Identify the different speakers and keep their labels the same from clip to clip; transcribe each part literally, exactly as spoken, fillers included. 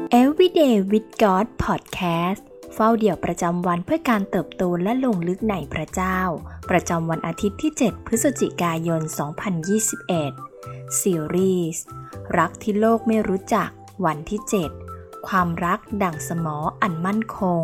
Speaker 1: Everyday with God Podcast เฝ้าเดี่ยวประจำวันเพื่อการเติบโตและลงลึกในพระเจ้าประจำวันอาทิตย์ที่เจ็ดพฤศจิกายนสองพันยี่สิบเอ็ดซีรีส์รักที่โลกไม่รู้จักวันที่เจ็ดความรักดั่งสมออันมั่นคง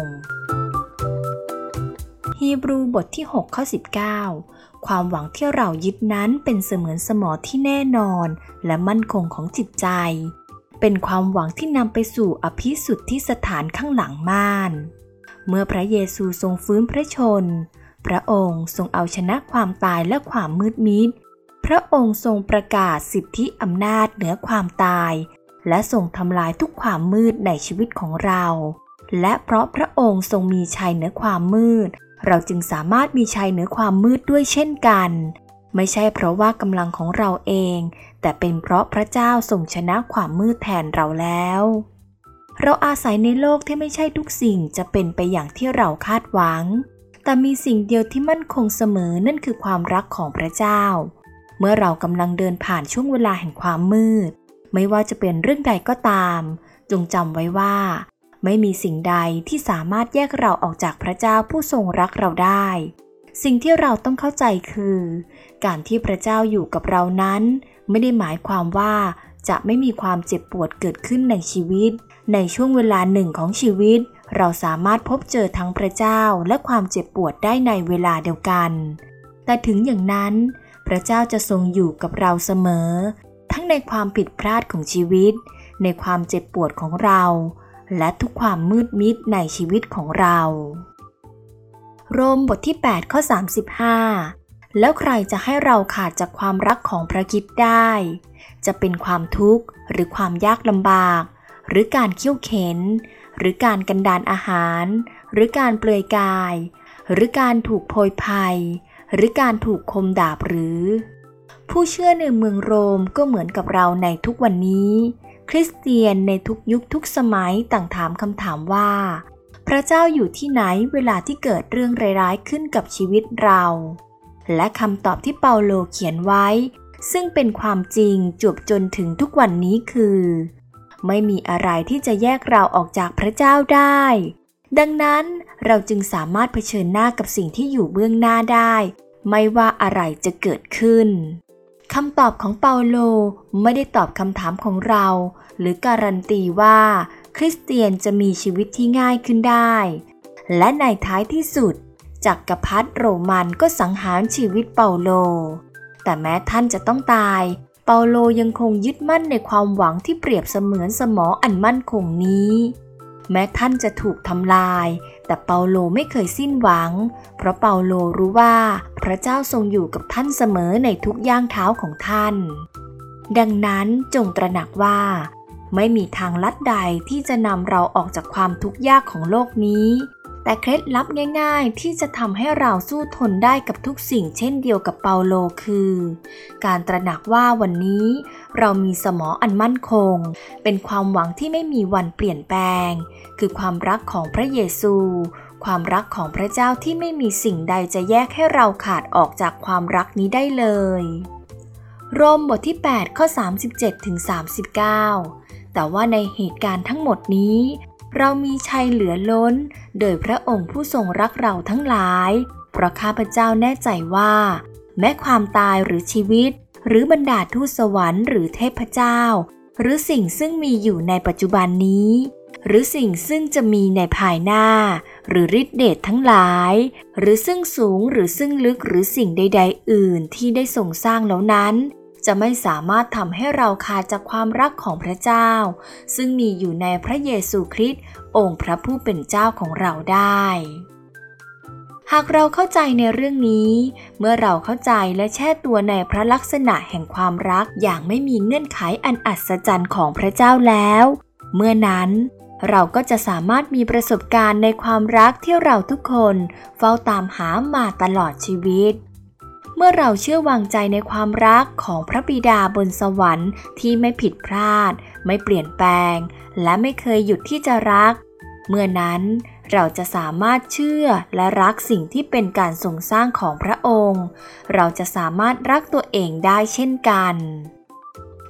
Speaker 1: ฮีบรูบทที่หกข้อสิบเก้าความหวังที่เรายึดนั้นเป็นเสมือนสมอที่แน่นอนและมั่นคงของจิตใจเป็นความหวังที่นำไปสู่อภิสุทธิสถานข้างหลังม่านเมื่อพระเยซูทรงฟื้นพระชนพระองค์ทรงเอาชนะความตายและความมืดมิดพระองค์ทรงประกาศสิทธิอำนาจเหนือความตายและทรงทำลายทุกความมืดในชีวิตของเราและเพราะพระองค์ทรงมีชัยเหนือความมืดเราจึงสามารถมีชัยเหนือความมืดด้วยเช่นกันไม่ใช่เพราะว่ากำลังของเราเองแต่เป็นเพราะพระเจ้าทรงชนะความมืดแทนเราแล้วเราอาศัยในโลกที่ไม่ใช่ทุกสิ่งจะเป็นไปอย่างที่เราคาดหวังแต่มีสิ่งเดียวที่มั่นคงเสมอนั่นคือความรักของพระเจ้าเมื่อเรากำลังเดินผ่านช่วงเวลาแห่งความมืดไม่ว่าจะเป็นเรื่องใดก็ตามจงจำไว้ว่าไม่มีสิ่งใดที่สามารถแยกเราออกจากพระเจ้าผู้ทรงรักเราได้สิ่งที่เราต้องเข้าใจคือการที่พระเจ้าอยู่กับเรานั้นไม่ได้หมายความว่าจะไม่มีความเจ็บปวดเกิดขึ้นในชีวิตในช่วงเวลาหนึ่งของชีวิตเราสามารถพบเจอทั้งพระเจ้าและความเจ็บปวดได้ในเวลาเดียวกันแต่ถึงอย่างนั้นพระเจ้าจะทรงอยู่กับเราเสมอทั้งในความผิดพลาดของชีวิตในความเจ็บปวดของเราและทุกความมืดมิดในชีวิตของเราโรมบทที่แปดข้อสามสิบห้าแล้วใครจะให้เราขาดจากความรักของพระคริสต์ได้จะเป็นความทุกข์หรือความยากลำบากหรือการเคี่ยวเข็นหรือการกันดารอาหารหรือการเปลือยกายหรือการถูกโพยภัยหรือการถูกคมดาบหรือผู้เชื่อในเมืองโรมก็เหมือนกับเราในทุกวันนี้คริสเตียนในทุกยุคทุกสมัยต่างถามคำถามว่าพระเจ้าอยู่ที่ไหนเวลาที่เกิดเรื่องร้ายๆขึ้นกับชีวิตเราและคำตอบที่เปาโลเขียนไว้ซึ่งเป็นความจริงจวบจนถึงทุกวันนี้คือไม่มีอะไรที่จะแยกเราออกจากพระเจ้าได้ดังนั้นเราจึงสามารถเผชิญหน้ากับสิ่งที่อยู่เบื้องหน้าได้ไม่ว่าอะไรจะเกิดขึ้นคำตอบของเปาโลไม่ได้ตอบคำถามของเราหรือการันตีว่าคริสเตียนจะมีชีวิตที่ง่ายขึ้นได้และในท้ายที่สุดจักรพรรดิโรมันก็สังหารชีวิตเปาโลแต่แม้ท่านจะต้องตายเปาโลยังคงยึดมั่นในความหวังที่เปรียบเสมือนสมออันมั่นคงนี้แม้ท่านจะถูกทำลายแต่เปาโลไม่เคยสิ้นหวังเพราะเปาโลรู้ว่าพระเจ้าทรงอยู่กับท่านเสมอในทุกย่างเท้าของท่านดังนั้นจงตระหนักว่าไม่มีทางลัดใดที่จะนำเราออกจากความทุกข์ยากของโลกนี้แต่เคล็ดลับง่ายๆที่จะทำให้เราสู้ทนได้กับทุกสิ่งเช่นเดียวกับเปาโลคือการตระหนักว่าวันนี้เรามีสมออันมั่นคงเป็นความหวังที่ไม่มีวันเปลี่ยนแปลงคือความรักของพระเยซูความรักของพระเจ้าที่ไม่มีสิ่งใดจะแยกให้เราขาดออกจากความรักนี้ได้เลยโรมบทที่แปดข้อสามสิบเจ็ดถึงสามสิบเก้าแต่ว่าในเหตุการณ์ทั้งหมดนี้เรามีชัยเหลือล้นโดยพระองค์ผู้ทรงรักเราทั้งหลายเพราะข้าพเจ้าแน่ใจว่าแม้ความตายหรือชีวิตหรือบรรดาทูตสวรรค์หรือเทพเจ้าหรือสิ่งซึ่งมีอยู่ในปัจจุบันนี้หรือสิ่งซึ่งจะมีในภายหน้าหรือฤทธิเดชทั้งหลายหรือซึ่งสูงหรือซึ่งลึกหรือสิ่งใดๆอื่นที่ได้ทรงสร้างแล้วนั้นจะไม่สามารถทำให้เราขาดจากความรักของพระเจ้าซึ่งมีอยู่ในพระเยซูคริสต์องค์พระผู้เป็นเจ้าของเราได้หากเราเข้าใจในเรื่องนี้เมื่อเราเข้าใจและแช่ตัวในพระลักษณะแห่งความรักอย่างไม่มีเงื่อนไขอันอัศจรรย์ของพระเจ้าแล้วเมื่อนั้นเราก็จะสามารถมีประสบการณ์ในความรักที่เราทุกคนเฝ้าตามหามาตลอดชีวิตเมื่อเราเชื่อวางใจในความรักของพระบิดาบนสวรรค์ที่ไม่ผิดพลาดไม่เปลี่ยนแปลงและไม่เคยหยุดที่จะรักเมื่อนั้นเราจะสามารถเชื่อและรักสิ่งที่เป็นการทรงสร้างของพระองค์เราจะสามารถรักตัวเองได้เช่นกัน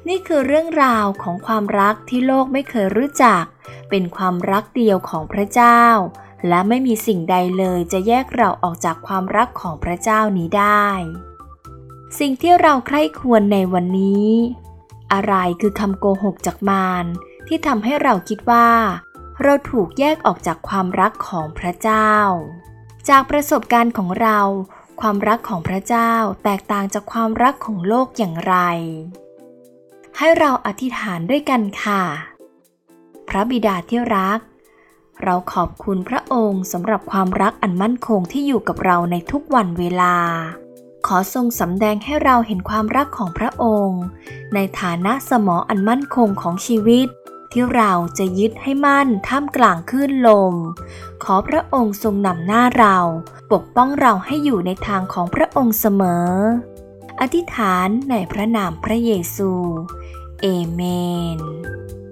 Speaker 1: นี่คือเรื่องราวของความรักที่โลกไม่เคยรู้จักเป็นความรักเดียวของพระเจ้าและไม่มีสิ่งใดเลยจะแยกเราออกจากความรักของพระเจ้านี้ได้สิ่งที่เราใคร่ควรในวันนี้อะไรคือคำโกหกจากมารที่ทำให้เราคิดว่าเราถูกแยกออกจากความรักของพระเจ้าจากประสบการณ์ของเราความรักของพระเจ้าแตกต่างจากความรักของโลกอย่างไรให้เราอธิษฐานด้วยกันค่ะพระบิดาที่รักเราขอบคุณพระองค์สำหรับความรักอันมั่นคงที่อยู่กับเราในทุกวันเวลาขอทรงสำแดงให้เราเห็นความรักของพระองค์ในฐานะสมออันมั่นคงของชีวิตที่เราจะยึดให้มั่นท่ามกลางคลื่นลมขอพระองค์ทรงนำหน้าเราปกป้องเราให้อยู่ในทางของพระองค์เสมออธิษฐานในพระนามพระเยซูเอเมน